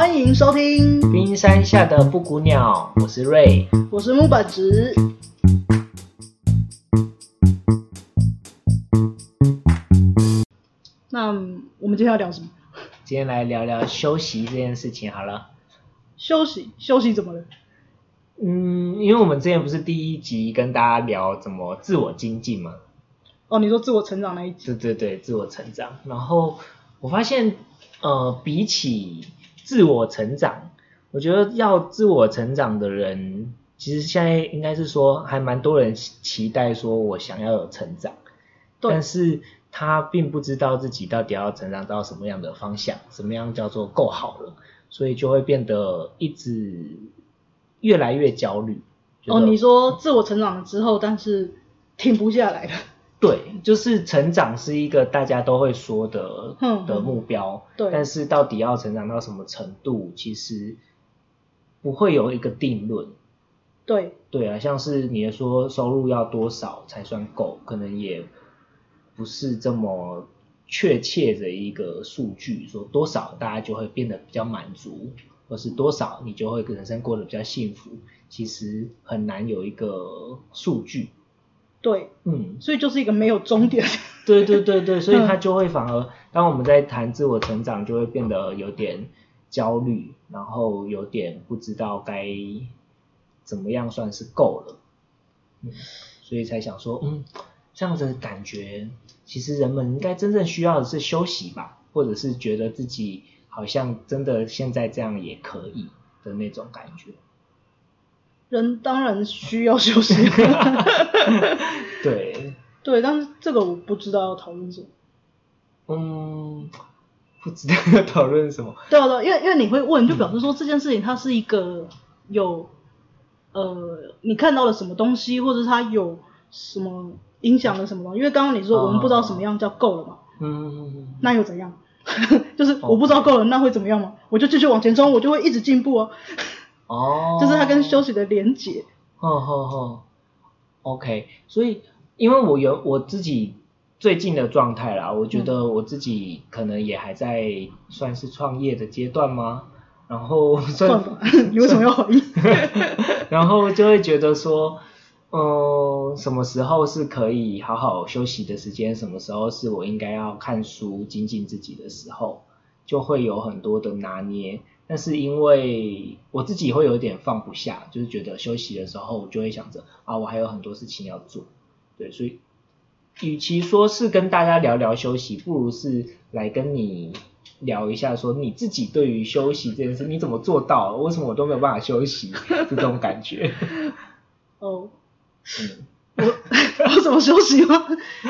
欢迎收听冰山下的布谷鸟，我是瑞， 我是木本直。那我们今天要聊什么？ 今天来聊聊休息这件事情好了。 休息怎么了？ 因为我们之前不是第一集跟大家聊怎么自我精进嘛。 哦，你说自我成长那一集？ 对，自我成长。然后我发现，比起自我成长，我觉得要自我成长的人，其实现在应该是说，还蛮多人期待说我想要有成长，但是他并不知道自己到底要成长到什么样的方向，什么样叫做够好了，所以就会变得一直越来越焦虑。 哦，你说自我成长了之后，但是停不下来了。 对，就是成长是一个大家都会说的目标， 对， 但是到底要成长到什么程度，其实不会有一个定论。对啊，像是你说收入要多少才算够，可能也不是这么确切的一个数据，说多少大家就会变得比较满足，或是多少你就会人生过得比较幸福，其实很难有一个数据。 对，所以就是一个没有终点。 对，所以他就会反而，当我们在谈自我成长，就会变得有点焦虑，然后有点不知道该怎么样算是够了。所以才想说，这样子的感觉，其实人们应该真正需要的是休息吧，或者是觉得自己好像真的现在这样也可以的那种感觉。 人当然需要休息。对，但是这个我不知道要讨论什么。 不知道要讨论什么。 对，因为你会问，就表示说这件事情它是一个有你看到了什么东西，或者是它有什么影响了什么东西。因为刚刚你说我们不知道什么样叫够了嘛。那又怎样？就是我不知道够了，那会怎么样吗？我就继续往前冲，我就会一直进步啊。就是它跟休息的连结。 OK， 所以因为我自己最近的状态啦，我觉得我自己可能也还在算是创业的阶段吗？然后算吧，你为什么要怀疑？ 然后就会觉得说，什么时候是可以好好休息的时间，什么时候是我应该要看书精进自己的时候，就会有很多的拿捏。但是因为我自己会有点放不下，就是觉得休息的时候我就会想着我还有很多事情要做。对，所以与其说是跟大家聊聊休息，不如是来跟你聊一下说你自己对于休息这件事你怎么做到，为什么我都没有办法休息这种感觉。 我怎么休息吗？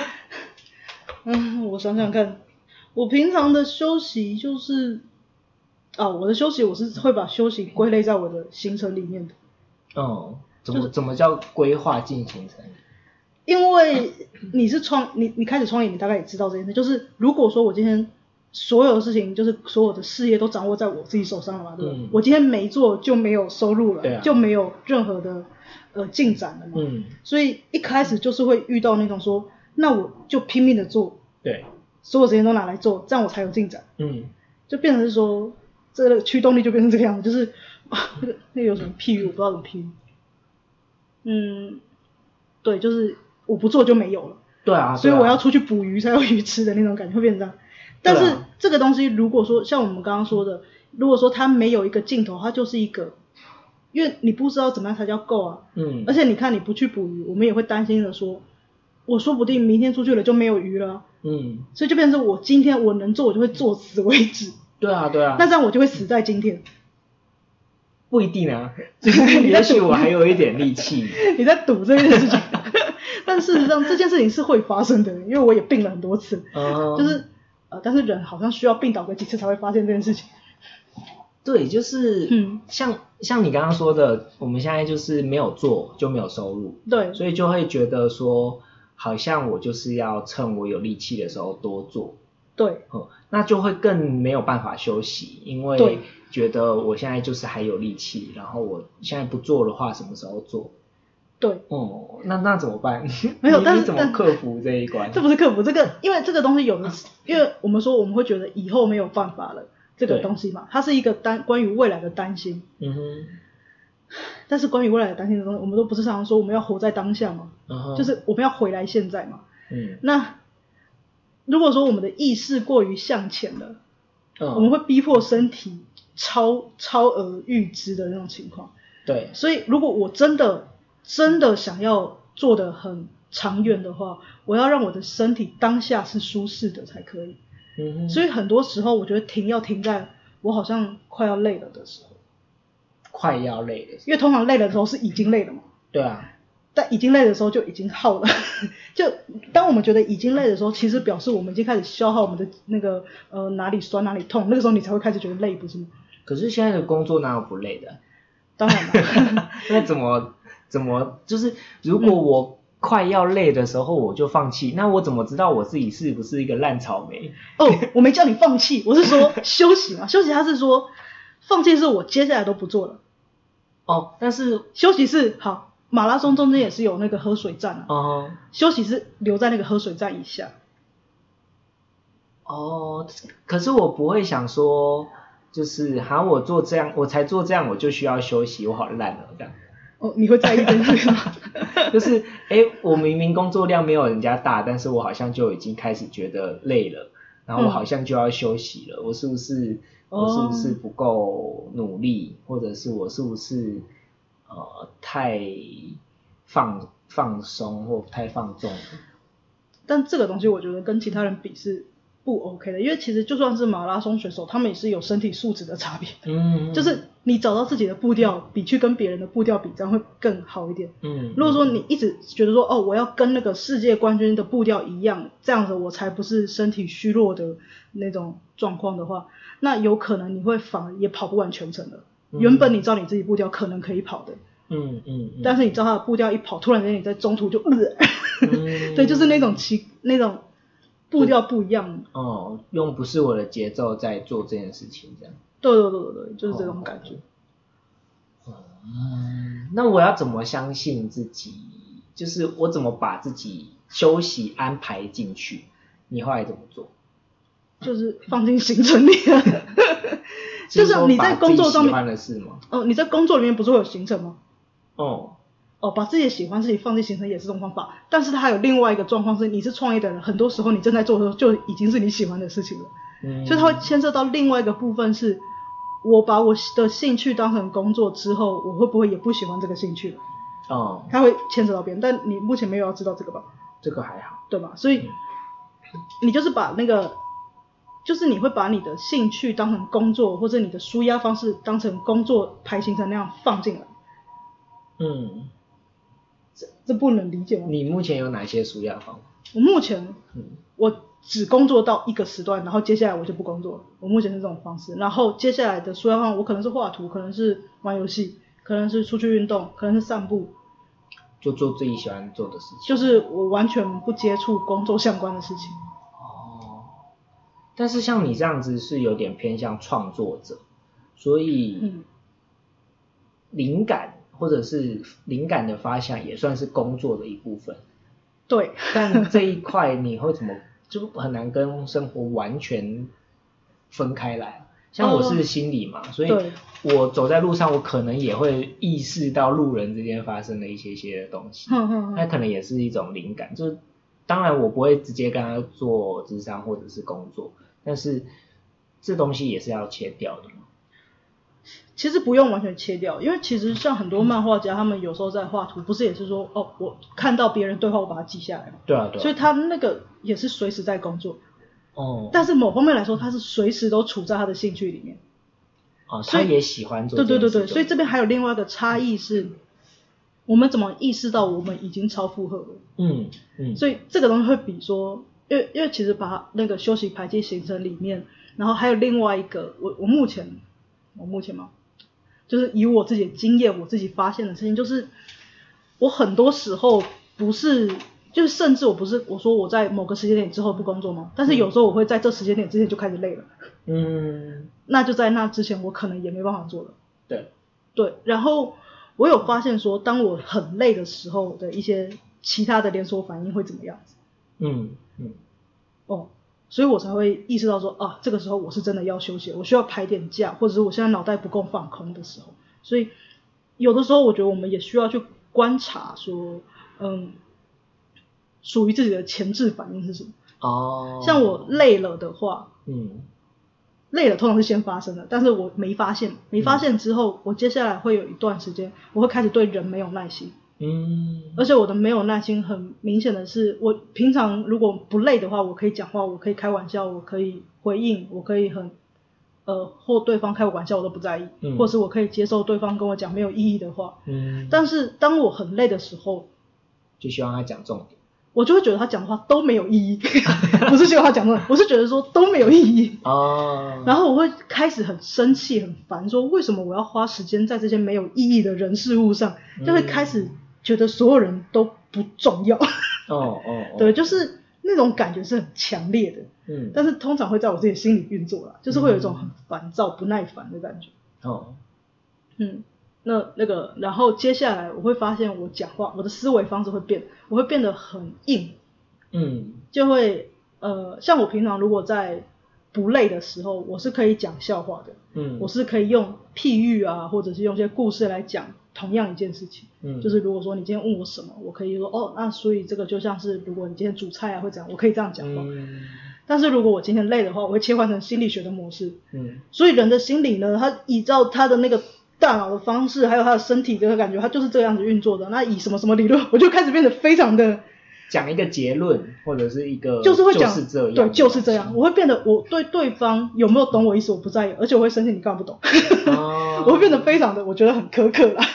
我想想看，我平常的休息就是我的休息我是会把休息归类在我的行程里面的。 怎么叫规划进行程？ 因为你是你开始创业，你大概也知道这件事，就是如果说我今天所有的事情，就是所有的事业都掌握在我自己手上了嘛，对吧？我今天没做就没有收入了，就没有任何的进展了嘛。所以一开始就是会遇到那种说，那我就拼命的做， 对， 所有时间都拿来做，这样我才有进展。就变成是说，这个驱动力就变成这个样子，就是那个有什么譬喻，我不知道怎么譬喻。对，就是我不做就没有了。 对啊， 所以我要出去捕鱼才有鱼吃的那种感觉，会变成这样。但是这个东西如果说像我们刚刚说的，如果说它没有一个尽头，它就是一个，因为你不知道怎么样才叫够啊。而且你看你不去捕鱼，我们也会担心的说，我说不定明天出去了就没有鱼了。所以就变成我今天我能做，我就会做死为止。 对啊。那这样我就会死在今天。 不一定啊，也许我还有一点力气。 你在赌这件事情。但事实上这件事情是会发生的，因为我也病了很多次。就是但是人好像需要病倒个几次才会发现这件事情。 对，就是像你刚刚说的，我们现在就是没有做就没有收入。 对， 所以就会觉得说好像我就是要趁我有力气的时候多做。 对， 那就会更没有办法休息，因为觉得我现在就是还有力气，然后我现在不做的话什么时候做？ 对， 那怎么办？ 没有， 你怎么克服这一关？ 这不是克服，这个因为这个东西有的，因为我们说我们会觉得以后没有办法了， 这个东西嘛，它是一个关于未来的担心。 嗯哼。 但是关于未来的担心的东西，我们都不是常常说我们要活在当下嘛，就是我们要回来现在嘛。那如果说我们的意识过于向前了，我们会逼迫身体超额预知的那种情况。 对。 所以如果我真的想要做得很长远的话，我要让我的身体当下是舒适的才可以。所以很多时候我觉得要停在我好像快要累了的时候。 快要累的时候， 因为通常累的时候是已经累了嘛。 对啊。 但已经累的时候就已经耗了。就当我们觉得已经累的时候，其实表示我们已经开始消耗我们的那个哪里酸哪里痛，那个时候你才会开始觉得累，不是吗？ 可是现在的工作哪有不累的？ 当然了。 那怎么就是如果我快要累的时候我就放弃，那我怎么知道我自己是不是一个烂草莓？ 我没叫你放弃，我是说休息嘛。休息他是说放弃是我接下来都不做了。 但是休息是好，马拉松中间也是有那个喝水站啊。休息是留在那个喝水站以下。 可是我不会想说，就是我做这样，我才做这样，我就需要休息，我好烂了这样。 你会在意这个吗？ 就是我明明工作量没有人家大，但是我好像就已经开始觉得累了，然后我好像就要休息了。我是不是不够努力，或者是我是不是太放松或太放纵了？但这个东西我觉得跟其他人比是不 OK 的，因为其实就算是马拉松选手，他们也是有身体素质的差别。就是你找到自己的步调，比去跟别人的步调比，这样会更好一点。如果说你一直觉得说我要跟那个世界冠军的步调一样，这样子我才不是身体虚弱的那种状况的话，那有可能你会反而也跑不完全程的。原本你知道你自己步调可能可以跑的。但是你知道他的步调一跑，突然间你在中途就对，就是那种步调不一样。 用不是我的节奏在做这件事情，这样。 对，就是这种感觉。 那我要怎么相信自己？就是我怎么把自己休息安排进去？你后来怎么做？ 就是放进行程里了。就是你在工作上面喜欢的事吗？ 你在工作里面不是会有行程吗？把自己的喜欢事情放进行程也是这种方法，但是它还有另外一个状况是，你是创业的人，很多时候你正在做的时候就已经是你喜欢的事情了。所以它会牵涉到另外一个部分是，我把我的兴趣当成工作之后，我会不会也不喜欢这个兴趣了？它会牵扯到别人，但你目前没有要知道这个吧？ 这个还好， 对吧？所以你就是把那个，就是你会把你的兴趣当成工作，或者你的抒压方式当成工作排行程那样放进来。这不能理解吗？ 你目前有哪些抒压方法？ 我目前，我只工作到一个时段，然后接下来我就不工作了。我目前是这种方式，然后接下来的抒压方法，我可能是画图，可能是玩游戏，可能是出去运动，可能是散步， 就做自己喜欢做的事情。 就是我完全不接触工作相关的事情。 但是像你这样子是有点偏向创作者，所以灵感或者是灵感的发想也算是工作的一部分。 对。 但这一块你会怎么就很难跟生活完全分开来？像我是心理嘛，所以我走在路上我可能也会意识到路人之间发生的一些的东西，那可能也是一种灵感。就当然我不会直接跟他做諮商或者是工作，但是这东西也是要切掉的。 其实不用完全切掉，因为其实像很多漫画家，他们有时候在画图，不是也是说我看到别人对话，我把它记下来嘛。 对啊。 所以他那个也是随时在工作。但是某方面来说，他是随时都处在他的兴趣里面。 他也喜欢做这件事。 对，所以这边还有另外一个差异是，我们怎么意识到我们已经超负荷了？所以这个东西会比说，因为其实把那个休息排进行程里面，然后还有另外一个，我目前嘛，就是以我自己的经验，我自己发现的事情就是，我很多时候不是，就是甚至我说我在某个时间点之后不工作吗？但是有时候我会在这时间点之前就开始累了。那就在那之前我可能也没办法做了。对，然后我有发现说，当我很累的时候的一些其他的连锁反应会怎么样子。 所以我才会意识到说啊，这个时候我是真的要休息，我需要排点假，或者是我现在脑袋不够放空的时候。所以有的时候我觉得我们也需要去观察说，属于自己的前置反应是什么。像我累了的话，累了通常是先发生的，但是我没发现之后，我接下来会有一段时间，我会开始对人没有耐心。而且我的没有耐心很明显的是，我平常如果不累的话，我可以讲话，我可以开玩笑，我可以回应，我可以或对方开我玩笑我都不在意，或是我可以接受对方跟我讲没有意义的话。但是当我很累的时候， 就希望他讲重点。 我就会觉得他讲的话都没有意义，不是希望他讲重点，我是觉得说都没有意义。然后我会开始很生气很烦，说为什么我要花时间在这些没有意义的人事物上，就会开始觉得所有人都不重要。对，就是那种感觉是很强烈的。但是通常会在我自己心里运作啦，就是会有一种很烦躁不耐烦的感觉。然后接下来我会发现我讲话，我的思维方式会变，我会变得很硬。就会像我平常如果在不累的时候，我是可以讲笑话的。我是可以用譬喻啊，或者是用一些故事来讲同样一件事情。就是如果说你今天问我什么，我可以说那所以这个就像是如果你今天煮菜啊会怎样，我可以这样讲话。但是如果我今天累的话，我会切换成心理学的模式。所以人的心理呢，他依照他的那个大脑的方式，还有他的身体的感觉，他就是这样子运作的。那以什么什么理论，我就开始变得非常的讲一个结论，或者是一个就是会讲就是这样， 对，就是这样。我会变得我对对方有没有懂我意思我不在意，而且我会生气你干嘛不懂。我会变得非常的我觉得很苛刻啦。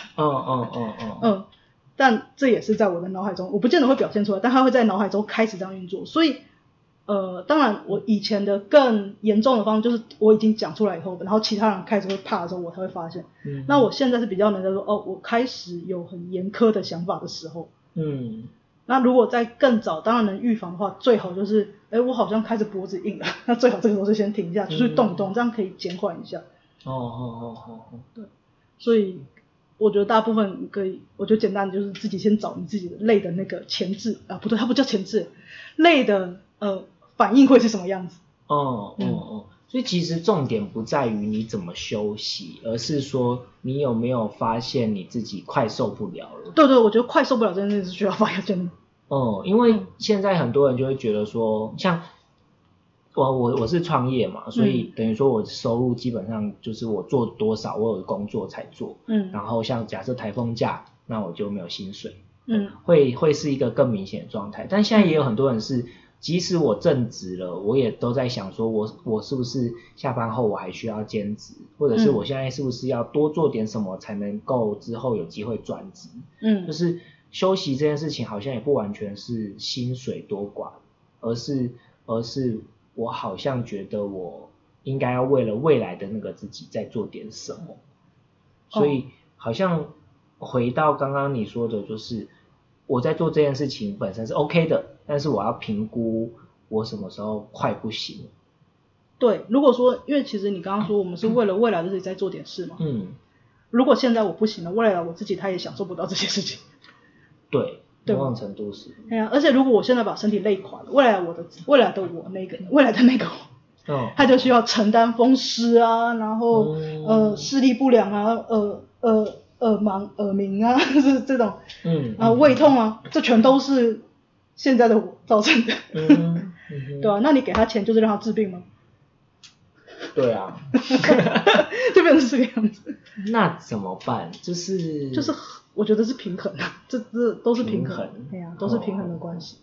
但这也是在我的脑海中，我不见得会表现出来，但他会在脑海中开始这样运作。所以当然我以前的更严重的方式就是我已经讲出来以后，然后其他人开始会怕的时候我才会发现。那我现在是比较能在说我开始有很严苛的想法的时候。那如果在更早当然能预防的话，最好就是我好像开始脖子硬了，那最好这个时候就先停一下，就是动一动，这样可以减缓一下。对，所以我觉得大部分可以，我觉得简单的就是自己先找你自己的累的那个前置啊，不对，它不叫前置，累的反应会是什么样子。 所以其实重点不在于你怎么休息，而是说你有没有发现你自己快受不了了。 对，我觉得快受不了这件事是需要发现的。 因为现在很多人就会觉得说，像我是创业嘛，所以等于说我收入基本上就是我做多少我有工作才做。然后像假设台风假，那我就没有薪水。会是一个更明显的状态。但现在也有很多人是即使我正职了，我也都在想说我是不是下班后我还需要兼职，或者是我现在是不是要多做点什么才能够之后有机会转职。就是休息这件事情好像也不完全是薪水多寡，而是我好像觉得我应该要为了未来的那个自己再做点什么。所以好像回到刚刚你说的，就是我在做这件事情本身是 OK 的，但是我要评估我什么时候快不行。 对，如果说因为其实你刚刚说我们是为了未来的自己在做点事嘛。如果现在我不行了，未来我自己他也享受不到这些事情。 对，某种程度是。 而且如果我现在把身体累垮了，未来的那个我，他就需要承担风湿啊，然后视力不良啊，耳鸣啊，是这种，胃痛啊，这全都是现在的我造成的。对啊，那你给他钱就是让他治病吗？ 对啊。 就变成这个样子。 那怎么办？就是我觉得是平衡啊，这都是平衡。对啊，都是平衡的关系。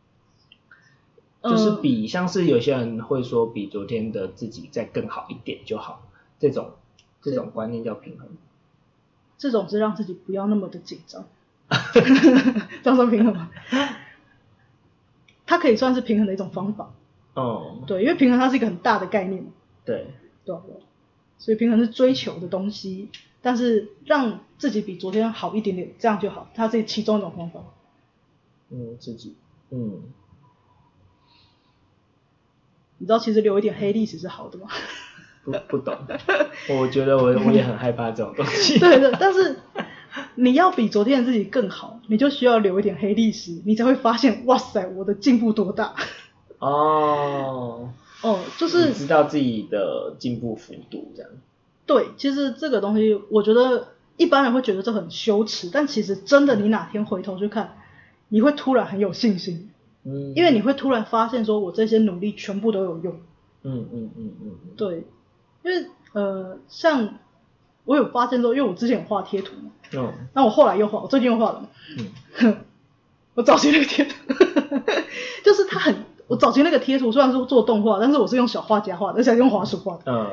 就是像是有些人会说比昨天的自己再更好一点就好，这种观念叫平衡。 这种是让自己不要那么的紧张。这样算平衡吗？它可以算是平衡的一种方法。对，因为平衡它是一个很大的概念。 对。 所以平衡是追求的东西，但是让自己比昨天好一点点，这样就好，它是其中一种方法。你知道其实留一点黑历史是好的吗？ 不懂。我觉得我也很害怕这种东西。 对，但是你要比昨天的自己更好，你就需要留一点黑历史，你才会发现哇塞我的进步多大。 就是你知道自己的进步幅度这样。 对，其实这个东西我觉得一般人会觉得这很羞耻，但其实真的你哪天回头去看，你会突然很有信心，因为你会突然发现说我这些努力全部都有用。对，因为像我有发现说，因为我之前有画贴图嘛，那我后来又画，我最近又画了嘛，我早期那个贴图就是我早期那个贴图虽然是做动画，但是我是用小画家画的，而且用滑鼠画的，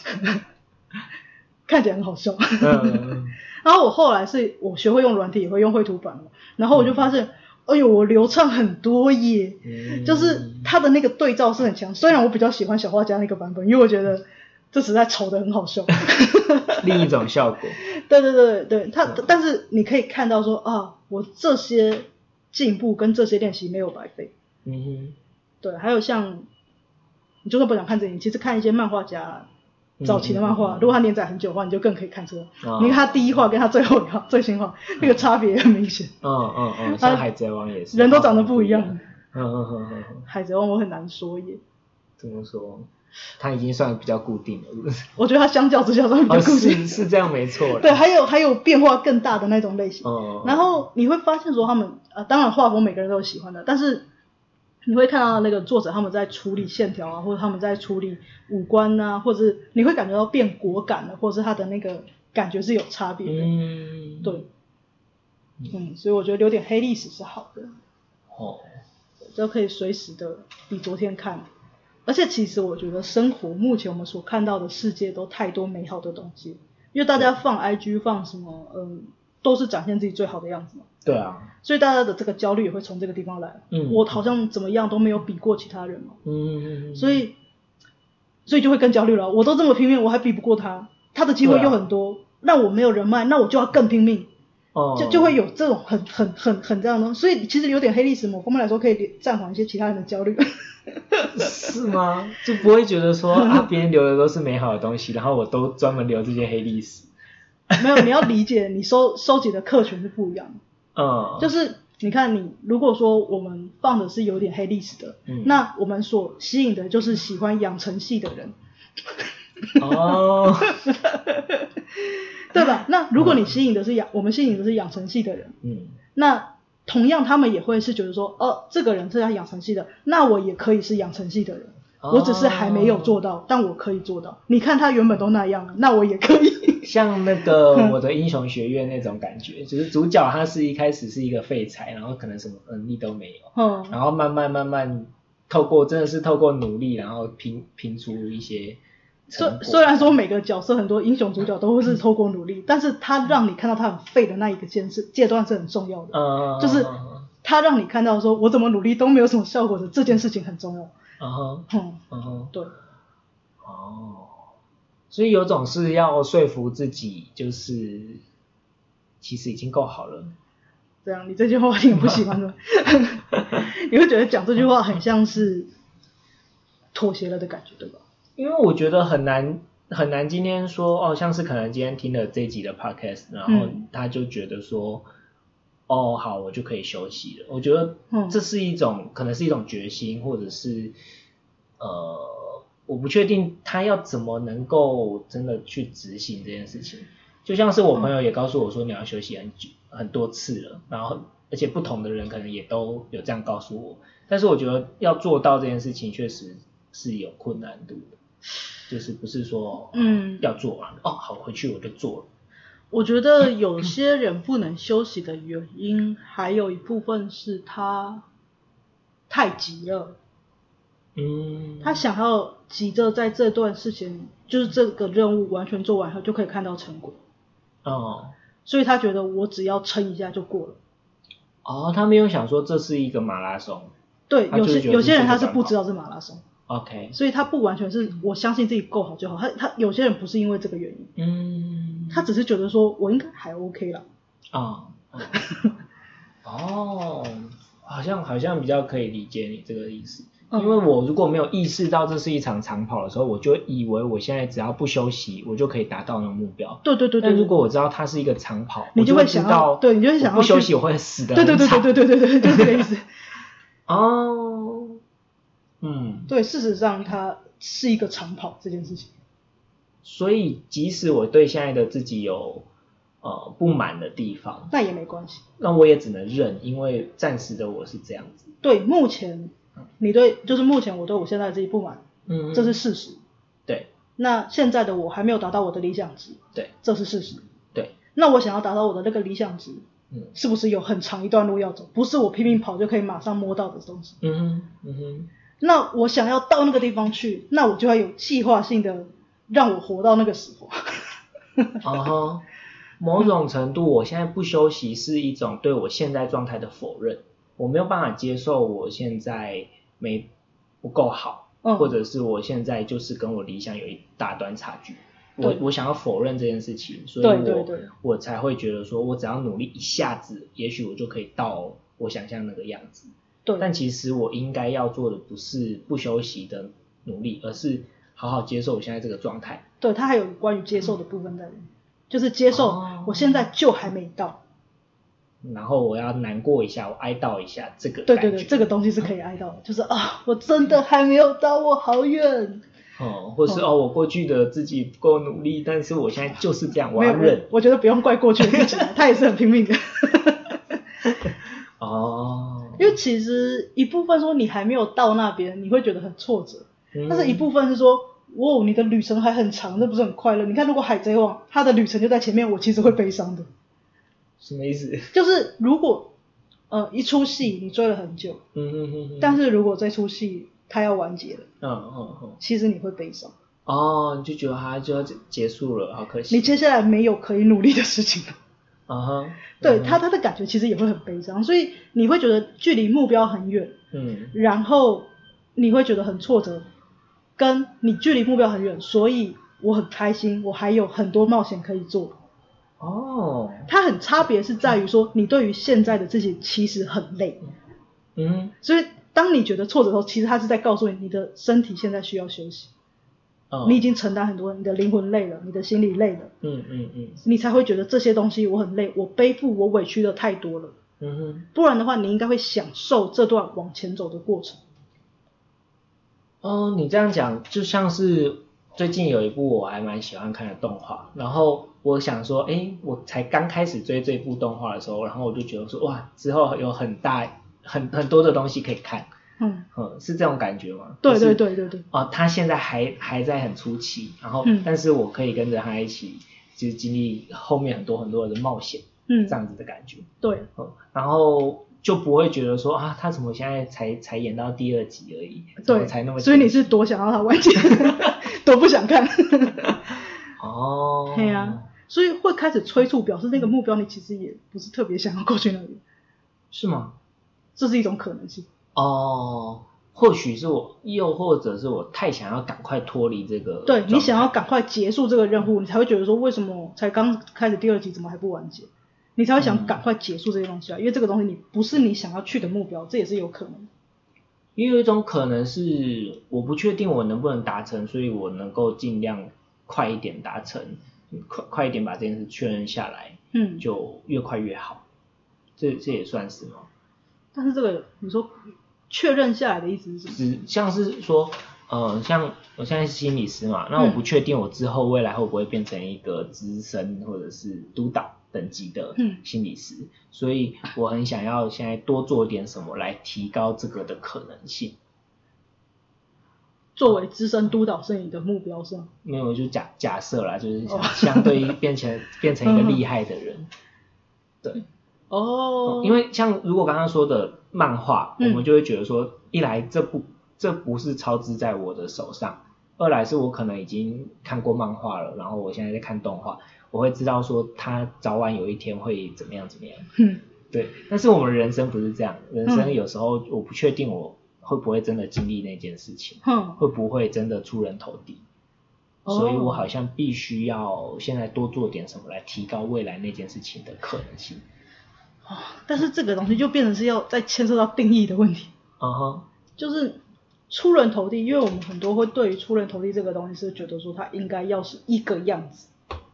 看起来很好笑。然后我后来我学会用软体，也会用绘图板了，然后我就发现，哎呦，我流畅很多耶，就是它的那个对照是很强。虽然我比较喜欢小画家那个版本，因为我觉得这实在丑得很好笑。 另一种效果。 对，但是你可以看到说啊，我这些进步跟这些练习没有白费。对，还有像你就算不想看这些，其实看一些漫画家早期的漫画，如果他连载很久的话，你就更可以看出来。你看他第一话跟他最后一话、最新话那个差别很明显。 像海贼王也是， 人都长得不一样。海贼王我很难说耶。 怎么说？它已经算比较固定了，是不是？ 我觉得它相较之下算比较固定。 是这样没错啦。 对，还有变化更大的那种类型。然后你会发现说他们当然画风每个人都有喜欢的，但是你会看到那个作者他们在处理线条啊，或者他们在处理五官啊，或者是你会感觉到变果感了，或者是他的那个感觉是有差别的。对。所以我觉得留点黑历史是好的。就可以随时的比昨天看。而且其实我觉得生活目前我们所看到的世界都太多美好的东西，因为大家放 IG 放什么都是展现自己最好的样子嘛。 对啊。 所以大家的这个焦虑也会从这个地方来。我好像怎么样都没有比过其他人嘛。所以就会更焦虑了。我都这么拼命，我还比不过他的机会又很多，那我没有人脉，那我就要更拼命。就会有这种很这样的东西。所以其实有点黑历史某方面来说可以暂缓一些其他人的焦虑。 是吗？就不会觉得说别人留的都是美好的东西，然后我都专门留这些黑历史。 没有，你要理解你收集的客群是不一样的。就是你看你如果说我们放的是有点黑历史的，那我们所吸引的就是喜欢养成系的人。对吧？那如果你吸引的是我们吸引的是养成系的人，那同样他们也会是觉得说，这个人是要养成系的，那我也可以是养成系的人，我只是还没有做到，但我可以做到。你看他原本都那样，那我也可以。像那个我的英雄学院那种感觉，就是主角他是一开始是一个废材，然后可能什么能力都没有，然后慢慢真的是透过努力，然后拼出一些。 虽然说每个角色很多英雄主角都会是透过努力，但是他让你看到他很废的那一个阶段是很重要的。就是他让你看到说我怎么努力都没有什么效果的这件事情很重要。对。 所以有种是要说服自己，就是其实已经够好了。 这样，你这句话你不喜欢的。你会觉得讲这句话很像是妥协了的感觉，对吧？ 因为我觉得很难今天说像是可能今天听了这一集的 podcast， 然后他就觉得说好，我就可以休息了。我觉得这是一种可能是一种决心，或者是我不确定他要怎么能够真的去执行这件事情。就像是我朋友也告诉我说你要休息很多次了，然后而且不同的人可能也都有这样告诉我，但是我觉得要做到这件事情确实是有困难度的。就是不是说要做完好回去我就做了。 我觉得有些人不能休息的原因还有一部分是他太急了。他想要急着在这段事情就是这个任务完全做完后就可以看到成果。所以他觉得我只要撑一下就过了。 他没有想说这是一个马拉松。 对，有些人他是不知道是马拉松。 OK， 所以他不完全是我相信自己够好就好，他有些人不是因为这个原因，他只是觉得说我应该还 OK 啦。 好像比较可以理解你这个意思。因为我如果没有意识到这是一场长跑的时候，我就以为我现在只要不休息我就可以达到那个目标。对。但如果我知道它是一个长跑， 你就会想到，对，你就会想到不休息我会死得很惨。 对，就是这个意思。 对，事实上它是一个长跑这件事情。 所以即使我对现在的自己有不满的地方， 那也没关系， 那我也只能认，因为暂时的我是这样子。 对，目前目前我对我现在的自己不满，这是事实。 对。 那现在的我还没有达到我的理想值， 对， 这是事实。 对。 那我想要达到我的那个理想值，是不是有很长一段路要走？不是我拼命跑就可以马上摸到的东西。那我想要到那个地方去，那我就要有计划性的让我活到那个时候。 某种程度我现在不休息是一种对我现在状态的否认，我没有办法接受我现在不够好，或者是我现在就是跟我理想有一大段差距，我想要否认这件事情，所以我才会觉得说我只要努力一下子，也许我就可以到我想象那个样子。但其实我应该要做的不是不休息的努力，而是好好接受我现在这个状态。 对，它还有关于接受的部分在里面，就是接受我现在就还没到， 然后我要难过一下，我哀悼一下这个感觉。 对，这个东西是可以哀悼的，就是我真的还没有到，我好远。 或是我过去的自己不够努力，但是我现在就是这样，我要认。 我觉得不用怪过去的自己，他也是很拼命的。因为其实一部分说你还没有到那边，你会觉得很挫折，但是一部分是说，你的旅程还很长，那不是很快乐？你看，如果海贼王他的旅程就在前面，我其实会悲伤的。 什么意思？就是如果一出戏你追了很久，但是如果这出戏它要完结了，其实你会悲伤。 你就觉得它就要结束了，好可惜。 你接下来没有可以努力的事情了。对，他的感觉其实也会很悲伤，所以你会觉得距离目标很远，然后你会觉得很挫折，跟你距离目标很远，所以我很开心，我还有很多冒险可以做。它很差别是在于说，你对于现在的自己其实很累，所以当你觉得挫折的时候，其实他是在告诉你，你的身体现在需要休息。你已经承担很多，你的灵魂累了，你的心理累了，你才会觉得这些东西我很累，我背负我委屈的太多了，不然的话你应该会享受这段往前走的过程。 你这样讲就像是最近有一部我还蛮喜欢看的动画，然后我想说我才刚开始追这部动画的时候，然后我就觉得说哇，之后有很多的东西可以看。是这种感觉吗？ 对。 他现在还在很初期，然后但是我可以跟着他一起，就是经历后面很多很多的冒险，这样子的感觉。 对， 然后就不会觉得说他怎么现在才演到第2集而已， 对， 才那么， 所以你是多想要他完结，多不想看。对啊，所以会开始催促，表示那个目标你其实也不是特别想要过去那里。 是吗？ 这是一种可能性。 或许是我，又或者是我太想要赶快脱离这个。 对，你想要赶快结束这个任务，你才会觉得说为什么才刚开始第2集怎么还不完结？你才会想赶快结束这些东西因为这个东西你不是你想要去的目标，这也是有可能。 因为有一种可能是我不确定我能不能达成，所以我能够尽量快一点达成，快一点把这件事确认下来，就越快越好。这也算是吗？但是这个你说确认下来的意思是什么？ 像是说像我现在是心理师嘛，那我不确定我之后未来会不会变成一个资深或者是督导等级的心理师，所以我很想要现在多做点什么来提高这个的可能性。 作为资深督导是你的目标是吗？ 没有，就假设啦，就是相对于变成一个厉害的人。对。因为像如果刚刚说的漫画，我们就会觉得说，一来这不是操之在我的手上，二来是我可能已经看过漫画了，然后我现在在看动画，我会知道说它早晚有一天会怎么样。对，但是我们人生不是这样，人生有时候我不确定我会不会真的经历那件事情，会不会真的出人头地，所以我好像必须要现在多做点什么来提高未来那件事情的可能性。 但是这个东西就变成是要再牵涉到定义的问题。就是出人头地，因为我们很多会对于出人头地这个东西是觉得说它应该要是一个样子。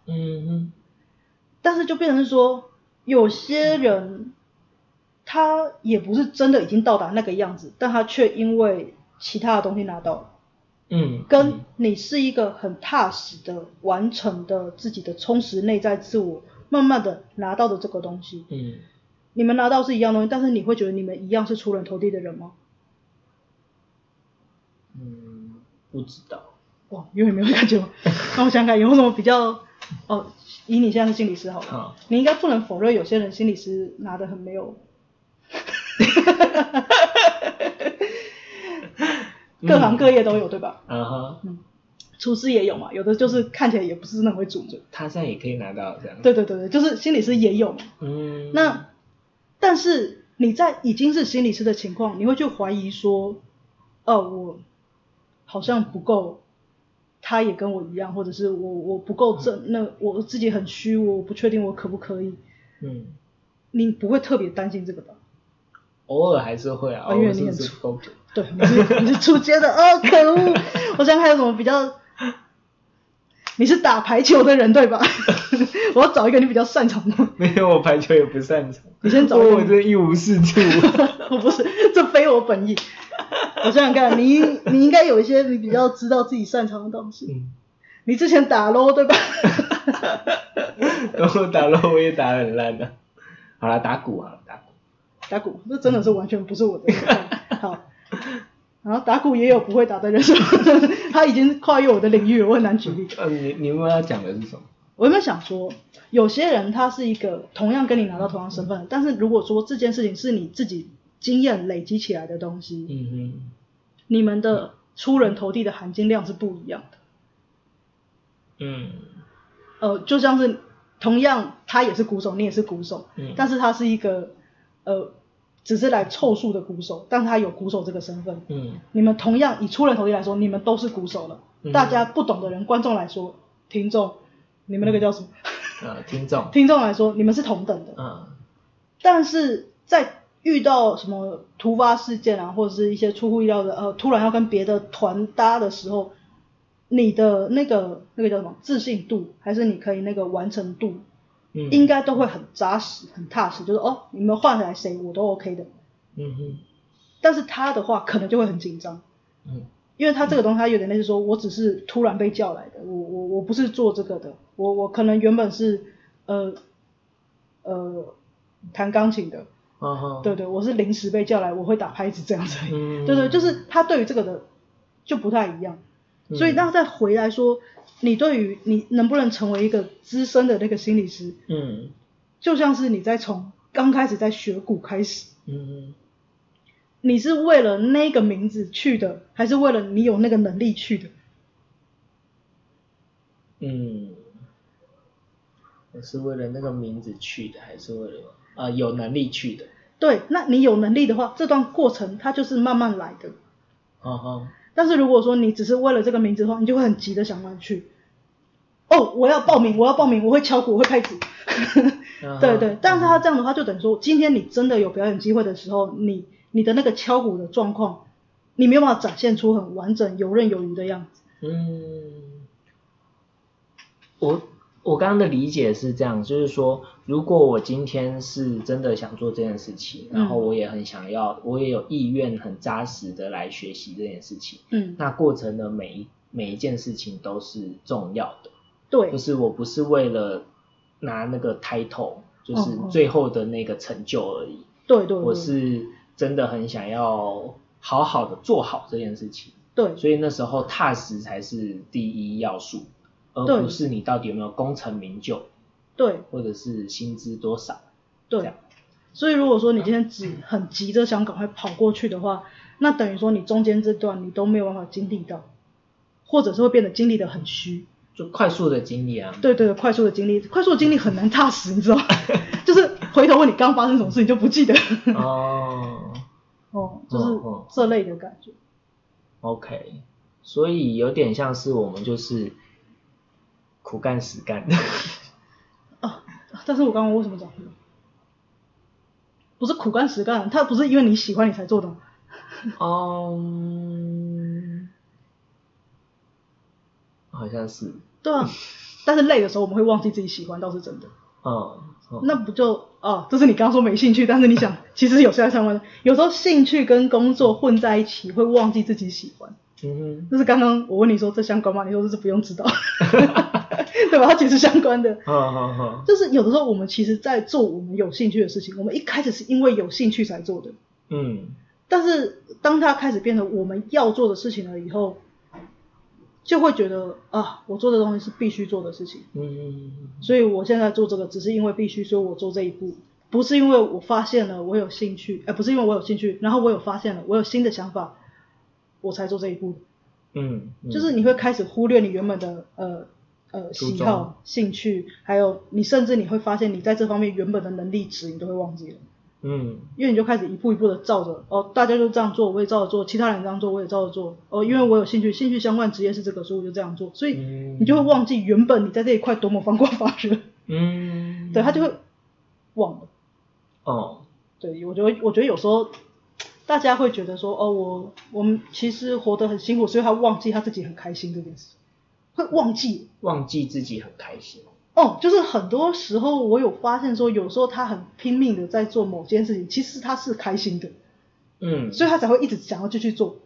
但是就变成是说，有些人他也不是真的已经到达那个样子，但他却因为其他的东西拿到了。跟你是一个很踏实的完成的自己的充实内在自我，慢慢的拿到的这个东西，你们拿到是一样东西，但是你会觉得你们一样是出人头地的人吗？ 不知道。 哇，因为没有感觉吗？那我想想看有什么比较以你现在是心理师好了，你应该不能否认有些人心理师拿得很没有各行各业都有对吧？厨师也有嘛，有的就是看起来也不是那么会煮， 他现在也可以拿到这样。 对，就是心理师也有嘛。那但是你在已经是心理师的情况，你会去怀疑说，我好像不够，他也跟我一样，或者是我不够正，那我自己很虚，我不确定我可不可以。你不会特别担心这个吧？ 偶尔还是会啊， 因为你很是不够。 对，你是初阶的可恶！我想还有什么比较？你是打排球的人对吧？我要找一个你比较擅长的。 没有，我排球也不擅长。 你先找一个。 我真一无是处。 我不是，这非我本意。我想想看，你应该有一些你比较知道自己擅长的东西。你之前打 LOL 对吧？ 我打 LOL 我也打得很烂的。好了，打鼓好了， 打鼓，这真的是完全不是我的。好。然后打鼓也有不会打的人，他已经跨越我的领域了，我很难举例。 你们要讲的是什么？ 我有没有想说，有些人他是一个同样跟你拿到同样身份，但是如果说这件事情是你自己经验累积起来的东西，你们的出人头地的含金量是不一样的。就像是同样他也是鼓手，你也是鼓手，但是他是一个只是来凑数的鼓手，但他有鼓手这个身份。你们同样以出人头地来说，你们都是鼓手了。大家不懂的人，观众来说，听众，你们那个叫什么？听众来说，你们是同等的。但是在遇到什么突发事件啊，或者是一些出乎意料的突然要跟别的团搭的时候，你的那个叫什么自信度，还是你可以那个完成度，应该都会很扎实很踏实，就是你们换来谁我都 OK 的。但是他的话可能就会很紧张。因为他这个东西他有点类似说我只是突然被叫来的，我不是做这个的，我可能原本是弹钢琴的。对，我是临时被叫来，我会打拍子这样子。对，就是他对于这个的就不太一样。所以那再回来说，你对于你能不能成为一个资深的那个心理师，就像是你在从刚开始在学鼓开始，你是为了那个名字去的，还是为了你有那个能力去的？ 我是为了那个名字去的，还是为了有能力去的？ 对，那你有能力的话，这段过程它就是慢慢来的。但是如果说你只是为了这个名字的话，你就会很急的想要去。我要报名，我会敲鼓，我会拍子。对，但是他这样的话，就等于说，今天你真的有表演机会的时候，你的那个敲鼓的状况，你没有办法展现出很完整、游刃有余的样子。 我刚刚的理解是这样，就是说，如果我今天是真的想做这件事情，然后我也很想要，我也有意愿很扎实的来学习这件事情，那过程的每一件事情都是重要的。 对， 就是我不是为了拿那个 title， 就是最后的那个成就而已。 对， 我是真的很想要好好的做好这件事情。 对， 所以那时候踏实才是第一要素，而不是你到底有没有功成名就， 对， 或者是薪资多少。 对，所以如果说你今天只很急着想赶快跑过去的话，那等于说你中间这段你都没有办法经历到，或者是会变得经历的很虚。 就快速的经历啊。 对，快速的经历很难踏实，你知道吗？就是回头问你刚发生什么事你就不记得。就是这类的感觉。 OK， 所以有点像是我们就是苦干实干。 但是我刚刚为什么讲这个？不是苦干实干，它不是因为你喜欢你才做的吗？ 好像是。 对啊，但是累的时候我们会忘记自己喜欢，倒是真的。 那不就这是你刚刚说没兴趣，但是你想其实有相关的，有时候兴趣跟工作混在一起，会忘记自己喜欢。就是刚刚我问你说这相关吗？你说这是不用知道，对吧？它其实相关的。就是有的时候我们其实在做我们有兴趣的事情，我们一开始是因为有兴趣才做的。但是当它开始变成我们要做的事情了以后，就会觉得我做的东西是必须做的事情。所以我现在做这个只是因为必须，所以我做这一步，不是因为我发现了我有兴趣，不是因为我有兴趣，然后我有发现了我有新的想法，我才做这一步。就是你会开始忽略你原本的喜好、兴趣，还有你甚至你会发现你在这方面原本的能力值你都会忘记了。因为你就开始一步一步的照着大家就这样做，我也照着做，其他人这样做我也照着做因为我有兴趣相关职业是这个，所以我就这样做，所以你就会忘记原本你在这一块多么发光发热。对，他就会忘了。对，我觉得有时候大家会觉得说我们其实活得很辛苦，所以他忘记他自己很开心这件事，会忘记自己很开心。 就是很多时候我有发现说，有时候他很拼命的在做某件事情，其实他是开心的。所以他才会一直想要继续做。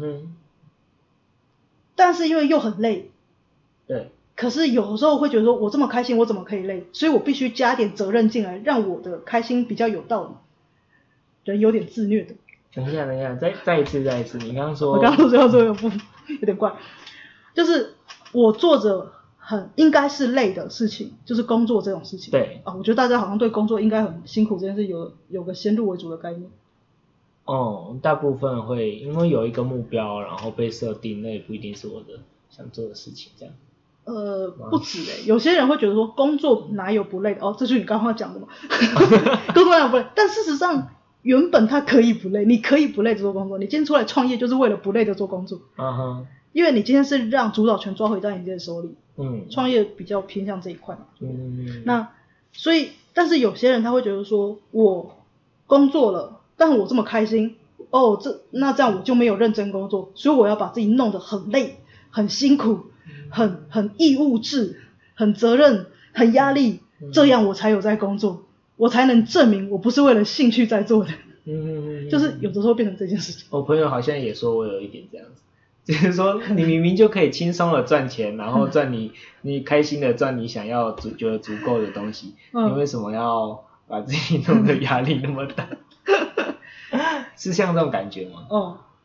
但是因为又很累。 对。 可是有时候会觉得说，我这么开心，我怎么可以累？所以我必须加点责任进来，让我的开心比较有道理。人有点自虐的。 等一下，再一次，你刚刚说。 我刚刚说要做有点怪，就是我做着很应该是累的事情，就是工作这种事情。 对。 我觉得大家好像对工作应该很辛苦这件事有个先入为主的概念。 大部分会因为有一个目标，然后被设定，那也不一定是我的想做的事情，这样。 不止有些人会觉得说工作哪有不累的这就是你刚刚讲的嘛。工作哪有不累？但事实上原本它可以不累，你可以不累的做工作，你今天出来创业就是为了不累的做工作。因为你今天是让主导权抓回到你自己的手里。创业比较偏向这一块嘛。那所以但是有些人他会觉得说，我工作了，但我这么开心那这样我就没有认真工作，所以我要把自己弄得很累很辛苦很义务制很责任很压力，这样我才有在工作，我才能证明我不是为了兴趣在做的。就是有的时候变成这件事情。 我朋友好像也说我有一点这样子，就是说你明明就可以轻松的赚钱，然后赚你开心的赚你想要觉得足够的东西，你为什么要把自己弄得压力那么大？是像这种感觉吗？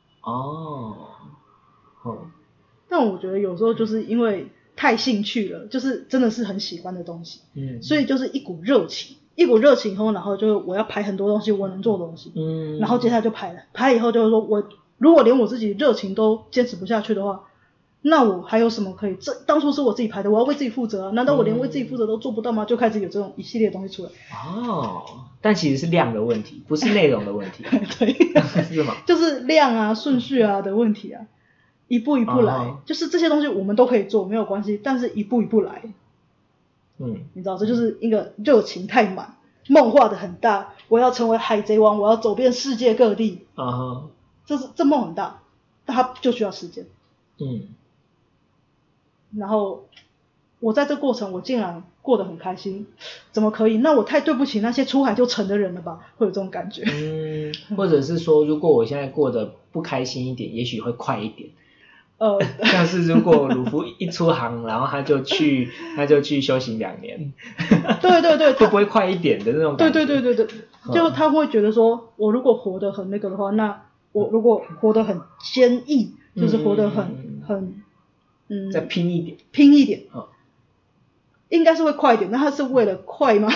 但我觉得有时候就是因为太兴趣了，就是真的是很喜欢的东西。所以就是一股热情以后，然后就我要排很多东西我能做的东西。然后接下来就排了以后就是说，我如果连我自己热情都坚持不下去的话，那我还有什么可以？这当初是我自己排的，我要为自己负责啊！难道我连为自己负责都做不到吗？就开始有这种一系列的东西出来。 但其实是量的问题，不是内容的问题。 对。 是吗？ 就是量啊、顺序啊的问题啊，一步一步来。就是这些东西我们都可以做，没有关系，但是一步一步来。你知道，这就是一个热情太满，梦画的很大，我要成为海贼王，我要走遍世界各地。这梦很大，但它就需要时间。然后我在这过程我竟然过得很开心，怎么可以？那我太对不起那些出海就成的人了吧，会有这种感觉。 或者是说如果我现在过得不开心一点，也许会快一点。像是如果鲁夫一出航，然后他就去修行2年。 对。 会不会快一点的那种感觉？ 对。就他会觉得说，我如果活得很那个的话，那我如果活得很坚毅，就是活得很再拼一点。 应该是会快一点，那他是为了快吗？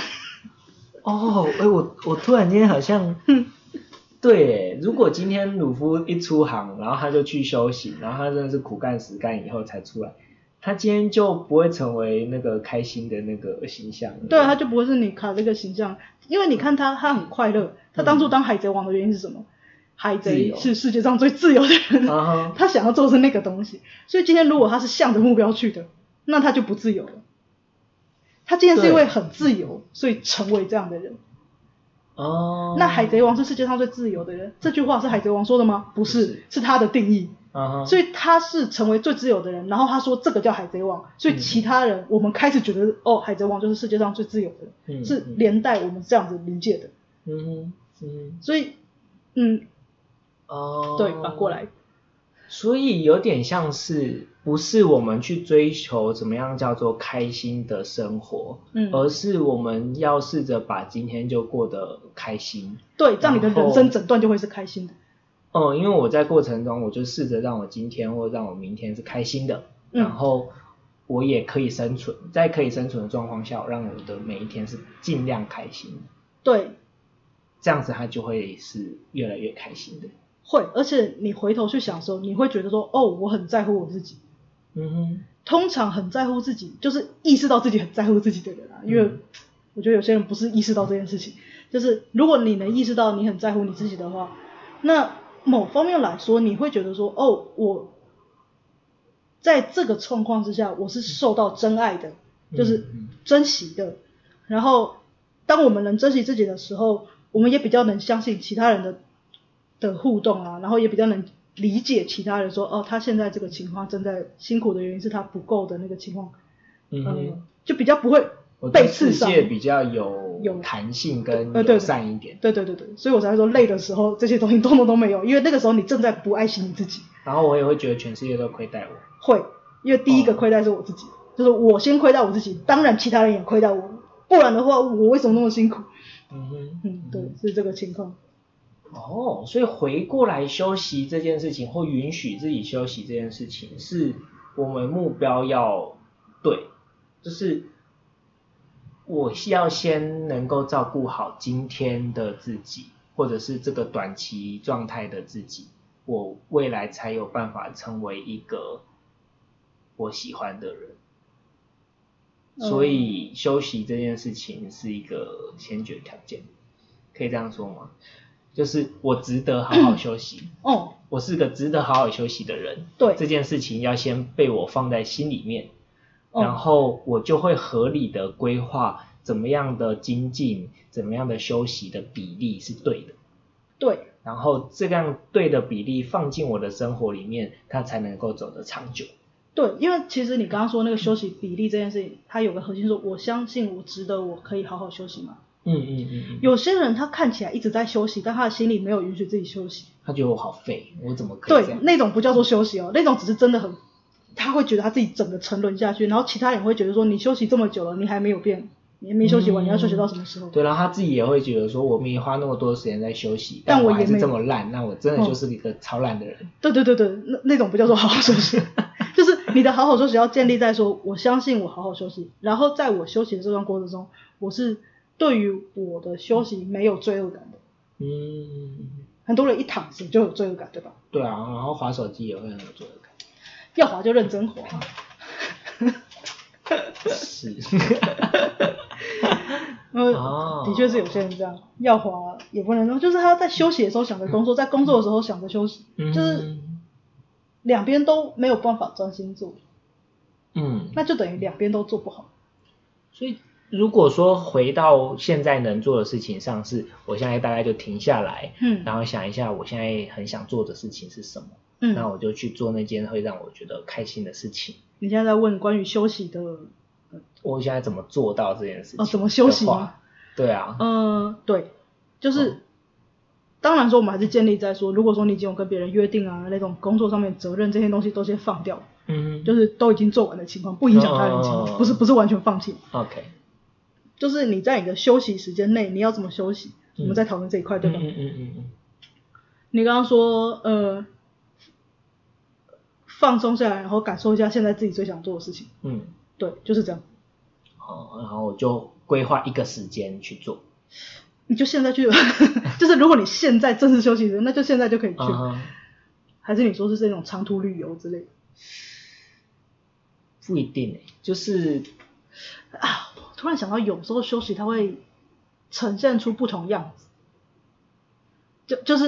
我突然间好像对耶，如果今天鲁夫一出航，然后他就去修行，然后他真的是苦干实干以后才出来，他今天就不会成为那个开心的那个形象。 对，他就不会是你卡这个形象，因为你看他很快乐，他当初当海贼王的原因是什么？海贼是世界上最自由的人。他想要做的是那个东西，所以今天如果他是向着目标去的，那他就不自由了。他今天是因为很自由，所以成为这样的人。那海贼王是世界上最自由的人，这句话是海贼王说的吗？不是，是他的定义。 所以他是成为最自由的人，然后他说这个叫海贼王，所以其他人我们开始觉得海贼王就是世界上最自由的人，是连带我们这样子理解的。所以对，反过来。 所以有点像是不是我们去追求怎么样叫做开心的生活，而是我们要试着把今天就过得开心。 对，这样你的人生整段就会是开心的。 因为我在过程中我就试着让我今天或让我明天是开心的，然后我也可以生存，在可以生存的状况下，让我的每一天是尽量开心的。 对， 这样子它就会是越来越开心的。 会，而且你回头去想的时候，你会觉得说我很在乎我自己。通常很在乎自己就是意识到自己很在乎自己的人因为我觉得有些人不是意识到这件事情，就是如果你能意识到你很在乎你自己的话，那某方面来说你会觉得说我在这个状况之下我是受到真爱的，就是珍惜的。然后当我们能珍惜自己的时候，我们也比较能相信其他人的互动然后也比较能理解其他人说他现在这个情况正在辛苦的原因是他不够的那个情况，就比较不会被刺伤， 世界比较有弹性跟友善一点。 对，所以我才会说累的时候这些东西通通都没有，因为那个时候你正在不爱惜你自己。然后我也会觉得全世界都亏待我。 会，因为第一个亏待是我自己，就是我先亏待我自己，当然其他人也亏待我，不然的话我为什么那么辛苦？对，是这个情况。 所以回过来休息这件事情或允许自己休息这件事情是我们目标要对，就是我要先能够照顾好今天的自己，或者是这个短期状态的自己，我未来才有办法成为一个我喜欢的人。所以休息这件事情是一个先决条件，可以这样说吗？就是我值得好好休息我是个值得好好休息的人。 对， 这件事情要先被我放在心里面，然后我就会合理的规划怎么样的精进，怎么样的休息的比例是对的。 对， 然后这样对的比例放进我的生活里面，它才能够走得长久。 对，因为其实你刚刚说那个休息比例这件事情，它有个核心说我相信我值得，我可以好好休息嘛。有些人他看起来一直在休息，但他的心里没有允许自己休息， 他觉得我好废，我怎么可以这样？ 对，那种不叫做休息那种只是真的很，他会觉得他自己整个沉沦下去，然后其他人会觉得说你休息这么久了，你还没有变，你还没休息完，你要休息到什么时候？ 对，然后他自己也会觉得说我没花那么多时间在休息，但我还是这么烂，那我真的就是一个超烂的人。 对，那种不叫做好好休息。就是你的好好休息要建立在说我相信我好好休息，然后在我休息的这段过程中，我是对于我的休息没有罪恶感的。很多人一躺着就有罪恶感，对吧？ 对啊，然后滑手机也会很有罪恶感。 要滑就认真滑。 是。 的确是有些人这样，要滑也不能，就是他在休息的时候想着工作，在工作的时候想着休息，就是两边都没有办法专心做。那就等于两边都做不好。 所以如果说回到现在能做的事情上，是我现在大概就停下来，然后想一下我现在很想做的事情是什么，那我就去做那件会让我觉得开心的事情。 你现在在问关于休息的， 我现在怎么做到这件事情？ 怎么休息吗？ 对啊， 对，就是当然说我们还是建立在说，如果说你已经有跟别人约定那种工作上面责任这些东西都先放掉，就是都已经做完的情况，不影响他人的情况，不是完全放弃。 OK， 就是你在你的休息时间内，你要怎么休息？我们在讨论这一块，对吧？你刚刚说放松下来，然后感受一下现在自己最想做的事情。对，就是这样。 然后我就规划一个时间去做。 你就现在去，就是如果你现在正式休息的，那就现在就可以去。还是你说是那种长途旅游之类的？ 不一定就是突然想到有时候休息它会呈现出不同样子，就是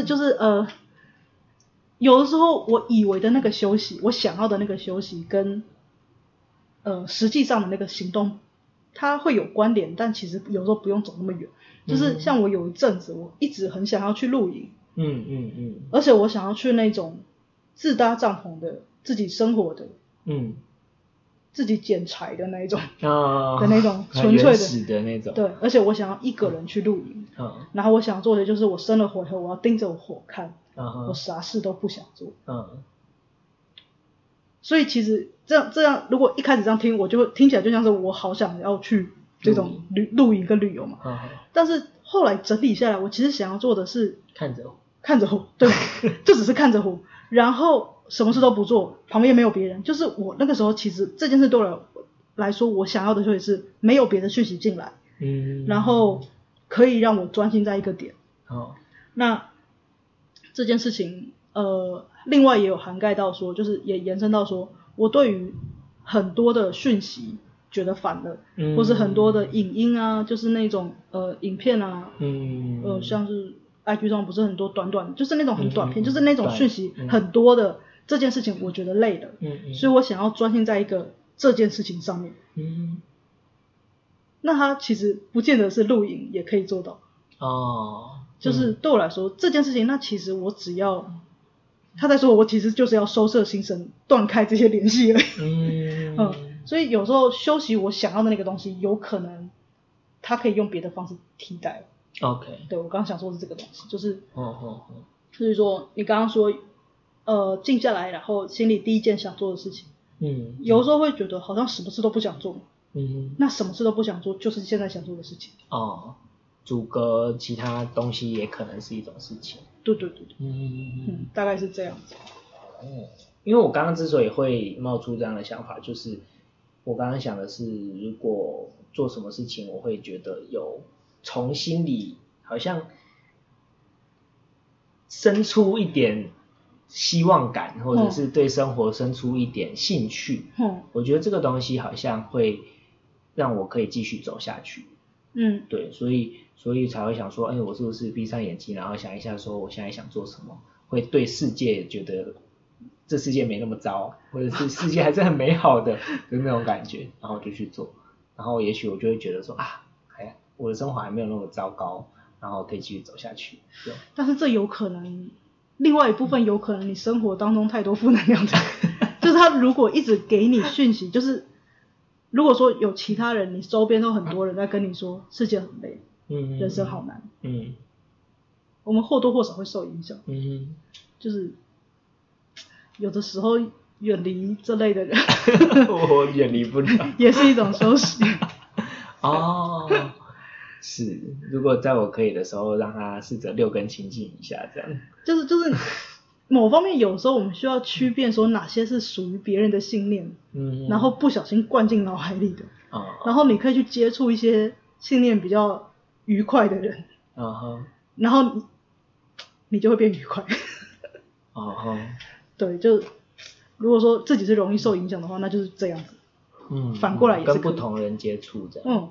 有的时候我以为的那个休息，我想要的那个休息跟实际上的那个行动它会有关联，但其实有时候不用走那么远。就是像我有一阵子我一直很想要去露营，而且我想要去那种自搭帐篷的，自己生活的，自己捡柴的那一种，的那种纯粹原始的那种。 对，而且我想要一个人去露营，然后我想做的就是我生了火以后，我要盯着火看，我啥事都不想做。所以其实这样，如果一开始这样听，我就会听起来就像是我好想要去这种露营跟旅游嘛。但是后来整理下来，我其实想要做的是看着火，对，就只是看着火，然后什么事都不做，旁边没有别人。就是我那个时候其实这件事对我来说，我想要的就是没有别的讯息进来，然后可以让我专心在一个点。那这件事情另外也有涵盖到说，就是也延伸到说，我对于很多的讯息觉得烦了，或是很多的影音啊，就是那种影片啊，像是 IG 上不是很多短短，就是那种很短片，就是那种讯息很多的这件事情，我觉得累了，所以我想要专心在一个这件事情上面。那它其实不见得是露营也可以做到。就是对我来说这件事情，那其实我只要他在说我其实就是要收摄心神，断开这些联系而已。所以有时候休息我想要的那个东西，有可能它可以用别的方式替代。对，我刚刚想说的是这个东西，就是就是说你刚刚说静下来，然后心里第一件想做的事情，有时候会觉得好像什么事都不想做，那什么事都不想做就是现在想做的事情。 组个其他东西也可能是一种事情。 对，大概是这样子。 因为我刚刚之所以会冒出这样的想法，就是我刚刚想的是，如果做什么事情，我会觉得有从心里好像生出一点希望感，或者是对生活生出一点兴趣。我觉得这个东西好像会让我可以继续走下去。对，所以才会想说，我是不是闭上眼睛，然后想一下说我现在想做什么，会对世界觉得这世界没那么糟，或者是世界还是很美好的那种感觉，然后就去做，然后也许我就会觉得说我的生活还没有那么糟糕，然后可以继续走下去。对， 但是这有可能，另外一部分有可能你生活当中太多负能量的，就是他如果一直给你讯息，就是如果说有其他人，你周边都很多人在跟你说世界很累，人生好难，我们或多或少会受影响，就是有的时候远离这类的人， 我远离不了， 也是一种休息。 是，如果在我可以的时候，让他试着六根清净一下，这样。 就是某方面有时候我们需要区辨说哪些是属于别人的信念，然后不小心灌进脑海里的，然后你可以去接触一些信念比较愉快的人，然后你就会变愉快。对，就如果说自己是容易受影响的话，那就是这样子。反过来也是跟不同人接触这样。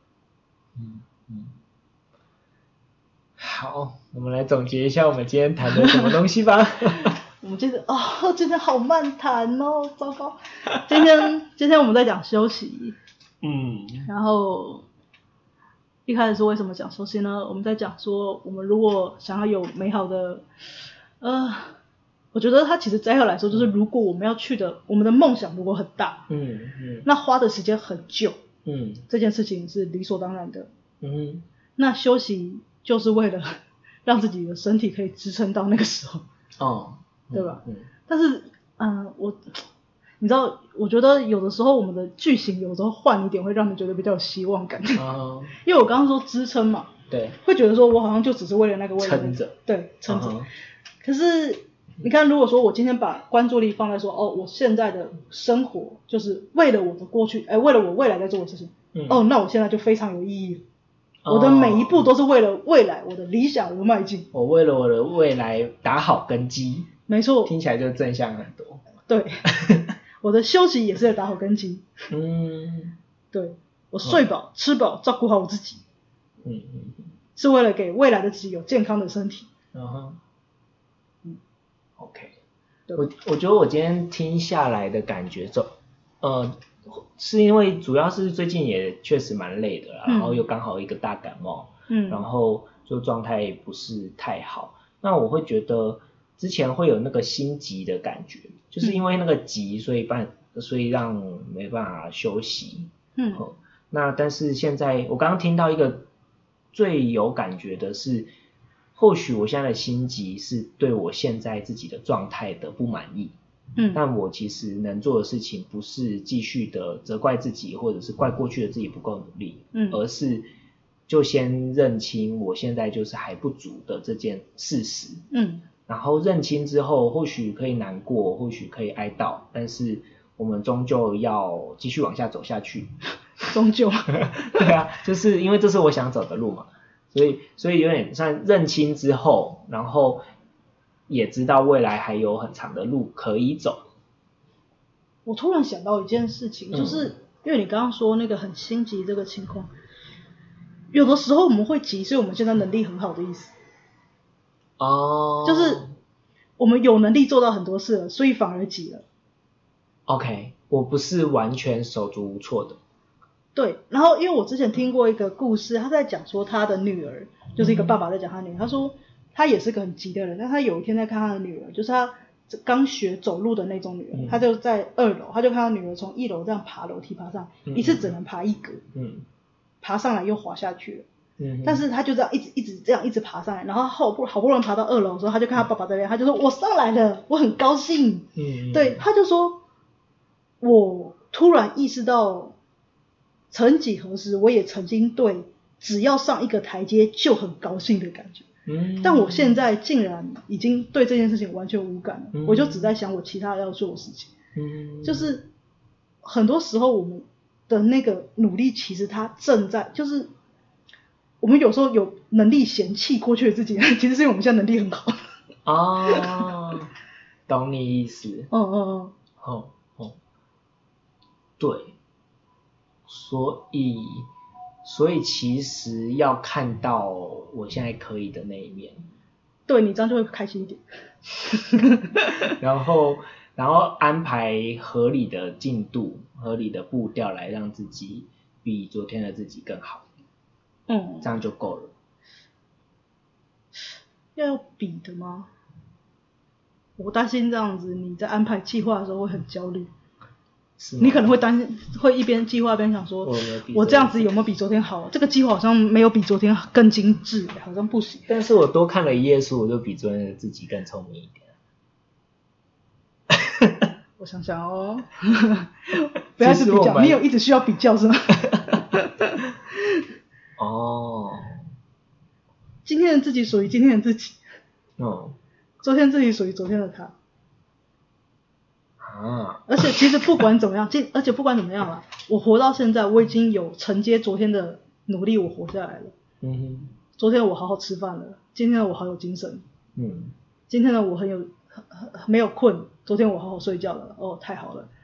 好，我们来总结一下我们今天谈的什么东西吧。 我们今天好漫谈哦，糟糕。今天我们在讲休息。然后一开始是为什么讲休息呢？我们在讲说，我们如果想要有美好的，我觉得它其实摘下来说，就是如果我们要去的，我们的梦想如果很大，那花的时间很久，这件事情是理所当然的。那休息就是为了让自己的身体可以支撑到那个时候，对吧？但是你知道，我觉得有的时候我们的句型有时候换一点，会让你觉得比较有希望感。因为我刚刚说支撑嘛， 对， 会觉得说我好像就只是为了那个位置撑着， 对，撑着。可是你看，如果说我今天把关注力放在说，我现在的生活就是为了我的过去，为了我未来在做的事情，那我现在就非常有意义了。我的每一步都是为了未来我的理想而迈进， 我为了我的未来打好根基。 没错， 听起来就正向很多。 对，我的休息也是在打好根基。对，我睡饱吃饱照顾好我自己，是为了给未来的自己有健康的身体。 OK， 我觉得我今天听下来的感觉是因为主要是最近也确实蛮累的啦，然后又刚好一个大感冒，然后就状态不是太好。那我会觉得之前会有那个心急的感觉，就是因为那个急，所以让没办法休息。那但是现在我刚刚听到一个最有感觉的是，或许我现在的心急是对我现在自己的状态的不满意。但我其实能做的事情不是继续的责怪自己，或者是怪过去的自己不够努力，而是就先认清我现在就是还不足的这件事实。然后认清之后，或许可以难过，或许可以哀悼，但是我们终究要继续往下走下去。 终究对啊，就是因为这是我想走的路嘛，所以有点算认清之后，然后也知道未来还有很长的路可以走。 我突然想到一件事情，就是因为你刚刚说那个很心急这个情况，有的时候我们会急，是我们现在能力很好的意思。就是我们有能力做到很多事了，所以反而急了。 OK， 我不是完全手足无措的。 对，然后因为我之前听过一个故事，他在讲说他的女儿，就是一个爸爸在讲他女儿，他说他也是个很急的人，但他有一天在看他的女儿，就是他刚学走路的那种女儿，他就在2楼，他就看到女儿从1楼这样爬楼梯爬上，一次只能爬1格，爬上来又滑下去了。但是他就这样一直这样一直爬上来，然后好不容易爬到2楼的时候，他就看他爸爸在那边，他就说我上来了，我很高兴。对，他就说我突然意识到曾几何时我也曾经对只要上一个台阶就很高兴的感觉。但我现在竟然已经对这件事情完全无感了，我就只在想我其他要做的事情。就是很多时候我们的那个努力其实它正在，就是我们有时候有能力嫌弃过去的自己，其实是因为我们现在能力很好。 懂你意思。对，所以其实要看到我现在可以的那一面。 对，你这样就会开心一点。 然后安排合理的进度、合理的步调来让自己比昨天的自己更好。这样就够了。 要有比的吗？我担心这样子你在安排计划的时候会很焦虑。你可能会担心，会一边计划一边想说，我这样子有没有比昨天好？这个计划好像没有比昨天更精致，好像不行。 但是我多看了1页书，我就比昨天的自己更聪明一点。 我想想哦，不要去比较，你有一直需要比较是吗？今天的自己属于今天的自己。昨天自己属于昨天的他。而且其实不管怎么样，啦，我活到现在，我已经有承接昨天的努力，我活下来了。昨天我好好吃饭了，今天我好有精神。今天的我没有困，昨天我好好睡觉了，太好了。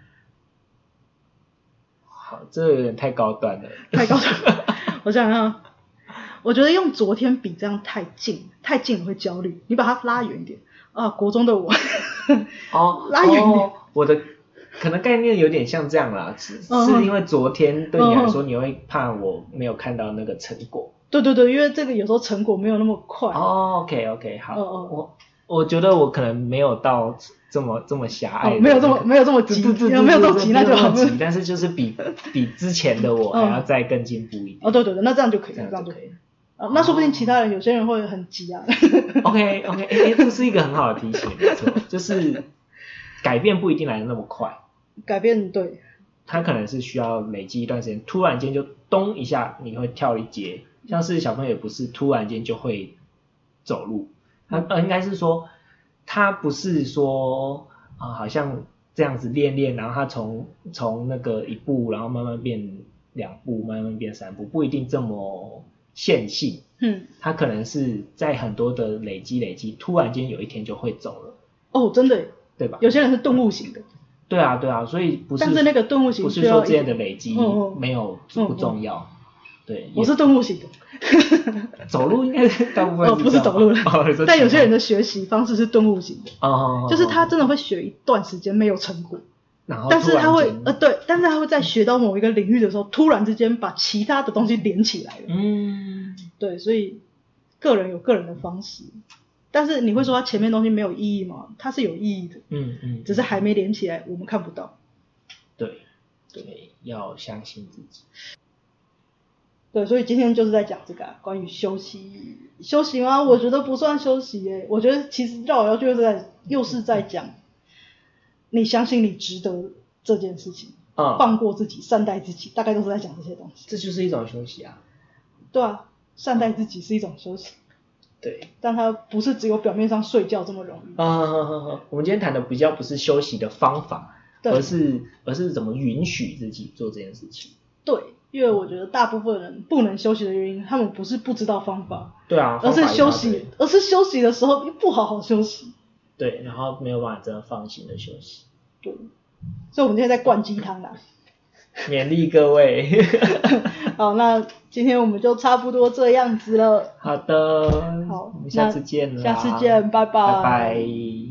好，这有点太高端了。 太高端了。我想想，我觉得用昨天比这样太近了会焦虑，你把它拉远一点。国中的我。拉远一点。 我的可能概念有点像这样啦，是因为昨天对你来说，你会怕我没有看到那个成果。 对，因为这个有时候成果没有那么快。 OK， 好。我觉得我可能没有到这么狭隘的， 没有这么急，没有这么急那就好。 但是就是比之前的我还要再更进步一点。 对，那这样就可以，这样就可以。那说不定其他人有些人会很急啊。 OK， 这是一个很好的提醒，没错，就是改变不一定来得那么快。 改变对。 它可能是需要累积一段时间，突然间就咚一下你会跳一阶，像是小朋友也不是突然间就会走路，应该是说他不是说好像这样子练，然后他从那个1步，然后慢慢变2步，慢慢变3步，不一定这么线性。他可能是在很多的累积，突然间有一天就会走了。 真的， 对吧？ 有些人是顿悟型的。对啊，所以不是， 但是那个顿悟型不是说之前的累积没有不重要。对， 我是顿悟型的。 走路应该大部分不是走路了。但有些人的学习方式是顿悟型的。就是他真的会学一段时间没有成果，但是他会但是他会在学到某一个领域的时候，突然之间把其他的东西连起来了。对，所以个人有个人的方式。 但是你会说它前面东西没有意义吗？它是有意义的，只是还没连起来，我们看不到。 对，要相信自己。 对，所以今天就是在讲这个关于休息。休息吗？我觉得不算休息耶。我觉得其实绕来绕去又是在讲，你相信你值得这件事情，放过自己，善待自己，大概都是在讲这些东西。 这就是一种休息啊。 对啊，善待自己是一种休息。 对， 但它不是只有表面上睡觉这么容易。 我们今天谈的比较不是休息的方法，而是怎么允许自己做这件事情。 对，因为我觉得大部分人不能休息的原因，他们不是不知道方法， 对啊， 而是休息的时候不好好休息。 对，然后没有办法真的放心的休息。 对，所以我们今天在灌鸡汤啦。 勉励各位。 好，那今天我们就差不多这样子了。 好的， 好， 我们下次见了。 下次见，拜拜。 拜拜。